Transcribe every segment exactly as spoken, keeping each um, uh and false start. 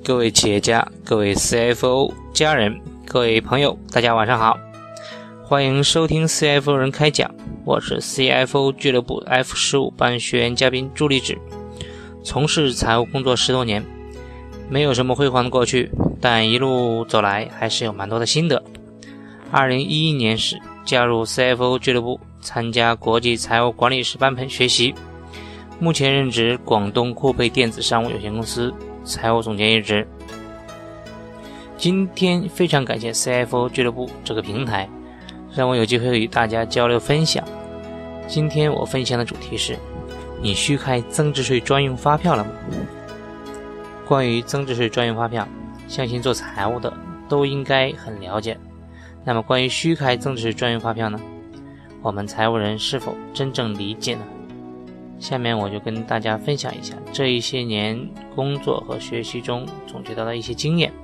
各位企业家、各位 C F O 家人、各位朋友，大家晚上好，欢迎收听 C F O 人开讲，我是 C F O 俱乐部 F 十五 班学员嘉宾朱立志，从事财务工作十多年，没有什么辉煌的过去，但一路走来还是有蛮多的心得。二零一一年时加入 C F O 俱乐部，参加国际财务管理师班培学习，目前任职广东酷配电子商务有限公司财务总监一职。今天非常感谢 C F O 俱乐部这个平台，让我有机会与大家交流分享。今天我分享的主题是：你虚开增值税专用发票了吗？关于增值税专用发票，相信做财务的都应该很了解。那么关于虚开增值税专用发票呢，我们财务人是否真正理解呢？下面我就跟大家分享一下这一些年工作和学习中总结到的一些经验。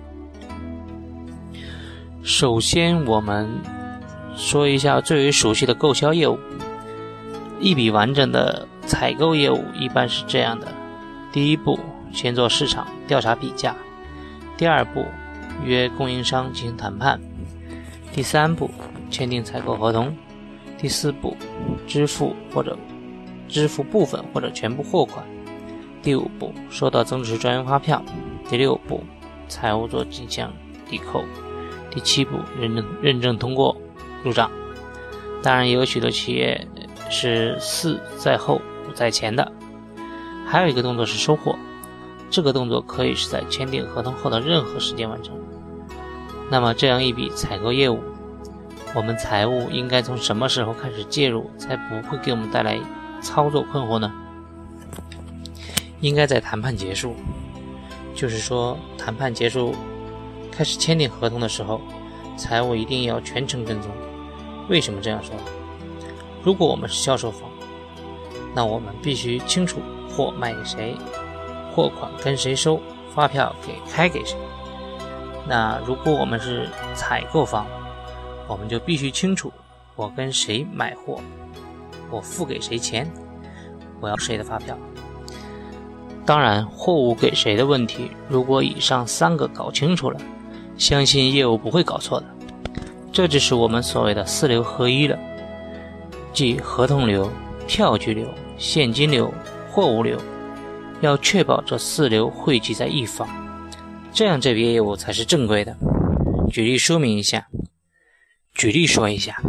首先我们说一下最为熟悉的购销业务。一笔完整的采购业务一般是这样的：第一步，先做市场调查比价；第二步，约供应商进行谈判；第三步，签订采购合同；第四步，支付或者支付部分或者全部货款；第五步，收到增值税专用发票；第六步，财务做进项抵扣；第七步，认证认证通过入账。当然也有许多企业是四在后五在前的。还有一个动作是收货，这个动作可以是在签订合同后的任何时间完成。那么这样一笔采购业务，我们财务应该从什么时候开始介入，才不会给我们带来操作困惑呢？应该在谈判结束，就是说谈判结束开始签订合同的时候，财务一定要全程跟踪。为什么这样说？如果我们是销售方，那我们必须清楚货卖给谁，货款跟谁收，发票给开给谁。那如果我们是采购方，我们就必须清楚我跟谁买货，我付给谁钱，我要谁的发票。当然货物给谁的问题，如果以上三个搞清楚了，相信业务不会搞错的。这就是我们所谓的四流合一了，即合同流、票据流、现金流、货物流，要确保这四流汇集在一方，这样这笔业务才是正规的。举例说明一下，举例说一下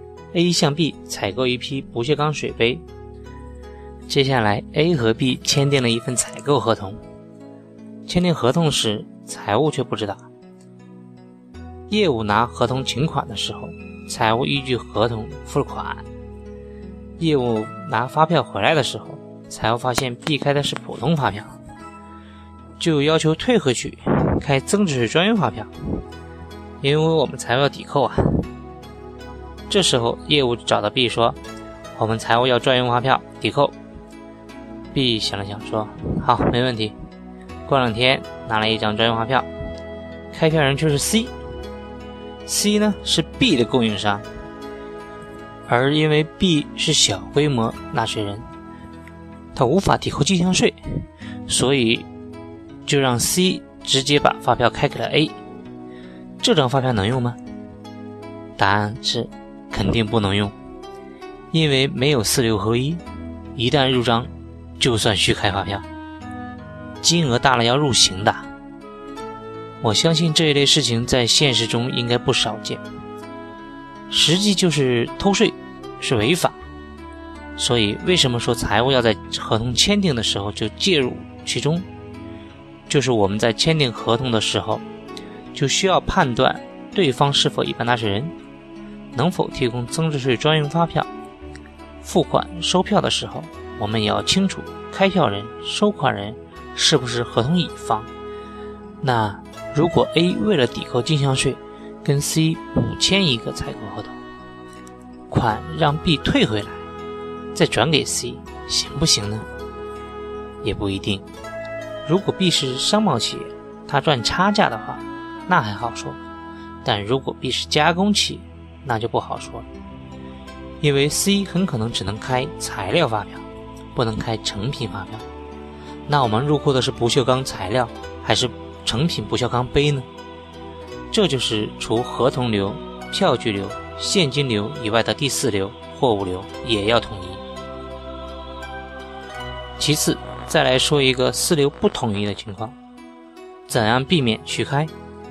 A 向 B 采购一批不锈钢水杯，接下来 A 和 B 签订了一份采购合同。签订合同时，财务却不知道。业务拿合同请款的时候，财务依据合同付款。业务拿发票回来的时候，财务发现 B 开的是普通发票，就要求退回去开增值税专用发票，因为我们财务要抵扣啊。这时候业务找到 B 说，我们财务要专用发票抵扣。 B 想了想说，好，没问题。过两天拿了一张专用发票，开票人却是 C。 C 呢是 B 的供应商，而因为 B 是小规模纳税人，他无法抵扣进项税，所以就让 C 直接把发票开给了 A。 这张发票能用吗？答案是肯定不能用，因为没有四流合一，一旦入账就算虚开发票，金额大了要入刑的。我相信这一类事情在现实中应该不少见，实际就是偷税，是违法。所以为什么说财务要在合同签订的时候就介入其中，就是我们在签订合同的时候就需要判断对方是否一般纳税人，能否提供增值税专用发票。付款收票的时候，我们也要清楚开票人、收款人是不是合同乙方。那如果 A 为了抵扣进项税跟 C 补签一个采购合同，款让 B 退回来再转给 C， 行不行呢？也不一定。如果 B 是商贸企业，他赚差价的话那还好说，但如果 B 是加工企业，那就不好说了。因为 C 很可能只能开材料发票，不能开成品发票。那我们入库的是不锈钢材料， 还是成品不锈钢杯呢？这就是除合同流、票据流、现金流以外的第四流货物流也要统一。其次，再来说一个四流不统一的情况，怎样避免虚开？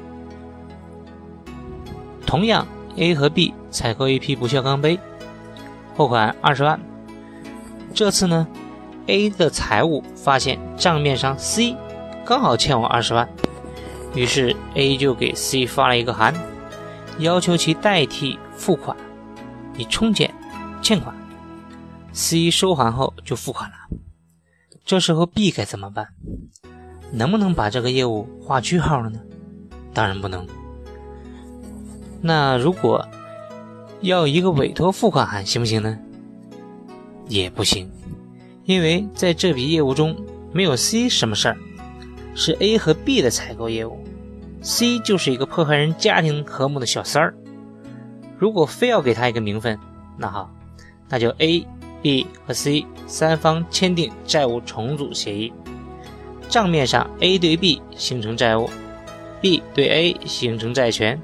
同样 A 和 B 采购一批不锈钢杯，货款二十万。这次呢 A 的财务发现账面上 C 刚好欠我二十万，于是 A 就给 C 发了一个函，要求其代替付款以冲减欠款。 C 收函后就付款了。这时候 B 该怎么办？能不能把这个业务划句号了呢？当然不能。那如果要一个委托付款函行不行呢？也不行，因为在这笔业务中没有 C 什么事儿，是 A 和 B 的采购业务， C 就是一个破坏人家庭和睦的小三儿。如果非要给他一个名分，那好，那就 A、B 和 C 三方签订债务重组协议，账面上 A 对 B 形成债务， B 对 A 形成债权，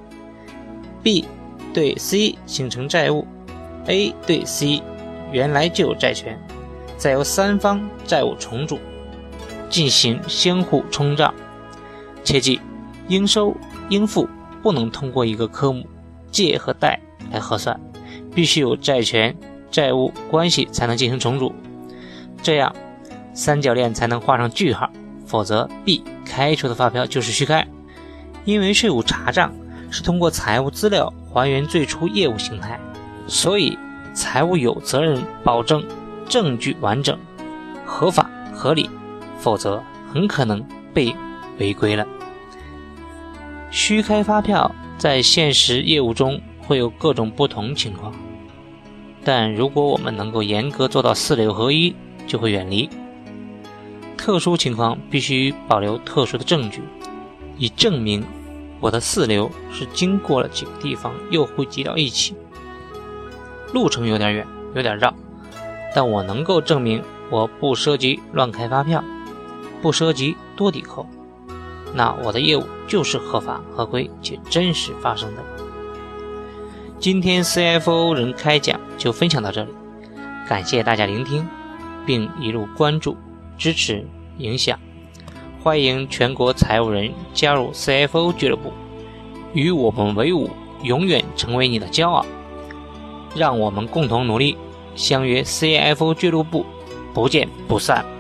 B 对 C 形成债务， A 对 C 原来就有债权，再由三方债务重组进行相互冲账。切记，应收应付不能通过一个科目借和贷来核算，必须有债权债务关系才能进行重组，这样三角恋才能画上句号，否则 B 开出的发票就是虚开。因为税务查账是通过财务资料还原最初业务形态，所以财务有责任保证证据完整、合法合理，否则很可能被违规了。虚开发票在现实业务中会有各种不同情况，但如果我们能够严格做到四流合一，就会远离。特殊情况必须保留特殊的证据，以证明我的四流是经过了几个地方又汇集到一起。路程有点远，有点绕，但我能够证明我不涉及乱开发票，不涉及多抵扣，那我的业务就是合法合规且真实发生的。今天 C F O 人开讲就分享到这里，感谢大家聆听并一路关注支持影响，欢迎全国财务人加入 C F O 俱乐部，与我们为伍，永远成为你的骄傲。让我们共同努力，相约 C F O 俱乐部，不见不散。